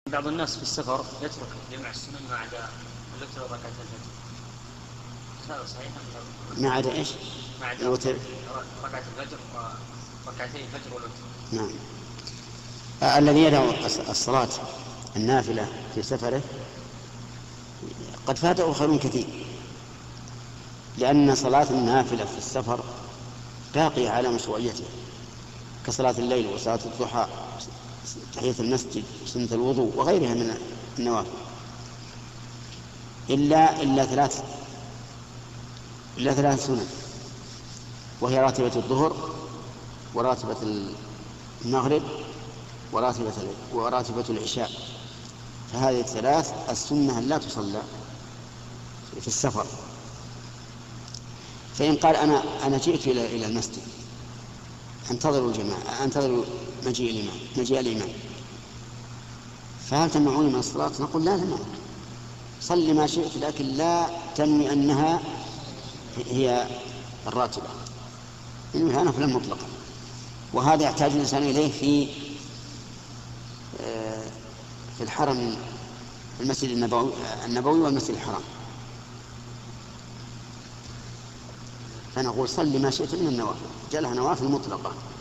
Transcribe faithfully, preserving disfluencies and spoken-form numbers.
بعض الناس في السفر يترك جمع السنن ما عدا الوتر وركعتي الفجر. هذا صحيح؟ ما عدا ايش؟ ما عدا الوتر ركعة الفجر وركعتي الفجر والوتر. نعم. آه الذي يدع الصلاة النافلة في سفره قد فاته خير كثير، لأن صلاة النافلة في السفر باقية على مشروعيتها كصلاة الليل وصلاة الضحى، تحية المسجد وسنة الوضوء وغيرها من النوافل، إلا إلا ثلاث إلا ثلاث سنن، وهي راتبة الظهر وراتبة المغرب وراتبة وراتبة العشاء. فهذه الثلاث السنة لا تصلى في السفر. فإن قال أنا أنا جئت إلى إلى المسجد انتظروا الجماعة انتظروا مجيء الإمام مجيء الإمام فهل تمنعوني من الصلاة؟ نقول لا تمنع، صل ما شئت، لكن لا تنوي أنها هي الراتبة، إنها نفلا مطلقا. وهذا يحتاج الإنسان إليه في في الحرم، المسجد النبوي النبوي والمسجد الحرام، فنقول صل ما شئت من النوافل، جعلها نوافل مطلقة.